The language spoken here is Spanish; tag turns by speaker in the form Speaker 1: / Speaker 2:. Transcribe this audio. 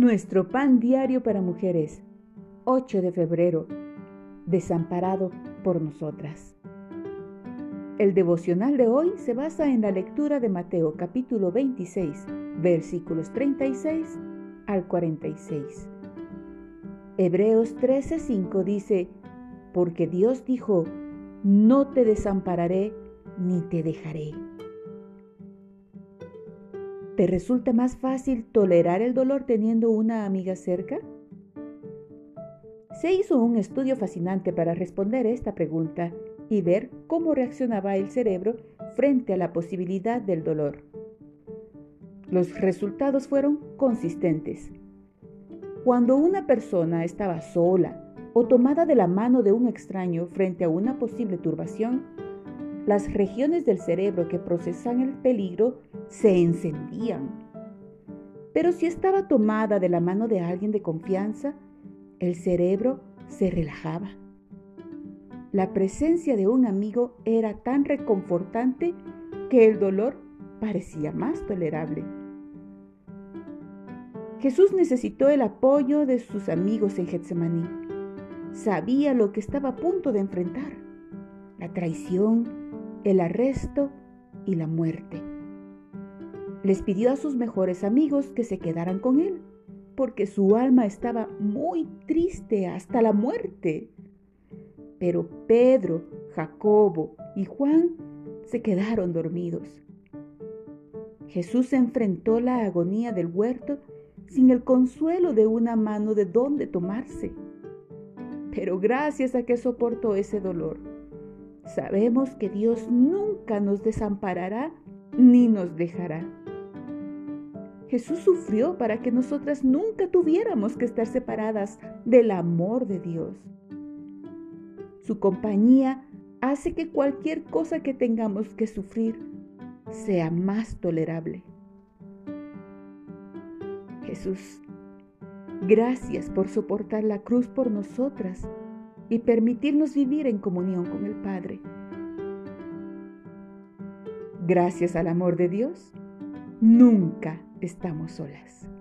Speaker 1: Nuestro pan diario para mujeres, 8 de febrero, desamparado por nosotras. El devocional de hoy se basa en la lectura de Mateo capítulo 26, versículos 36 al 46. Hebreos 13:5 dice, porque Dios dijo, no te desampararé ni te dejaré. ¿Te resulta más fácil tolerar el dolor teniendo una amiga cerca? Se hizo un estudio fascinante para responder esta pregunta y ver cómo reaccionaba el cerebro frente a la posibilidad del dolor. Los resultados fueron consistentes. Cuando una persona estaba sola o tomada de la mano de un extraño frente a una posible turbación, las regiones del cerebro que procesan el peligro se encendían. Pero si estaba tomada de la mano de alguien de confianza, el cerebro se relajaba. La presencia de un amigo era tan reconfortante que el dolor parecía más tolerable. Jesús necesitó el apoyo de sus amigos en Getsemaní. Sabía lo que estaba a punto de enfrentar: la traición, el arresto y la muerte. Les pidió a sus mejores amigos que se quedaran con él, porque su alma estaba muy triste hasta la muerte. Pero Pedro, Jacobo y Juan se quedaron dormidos. Jesús enfrentó la agonía del huerto sin el consuelo de una mano de donde tomarse. Pero gracias a que soportó ese dolor, sabemos que Dios nunca nos desamparará ni nos dejará. Jesús sufrió para que nosotras nunca tuviéramos que estar separadas del amor de Dios. Su compañía hace que cualquier cosa que tengamos que sufrir sea más tolerable. Jesús, gracias por soportar la cruz por nosotras y permitirnos vivir en comunión con el Padre. Gracias al amor de Dios, nunca estamos solas.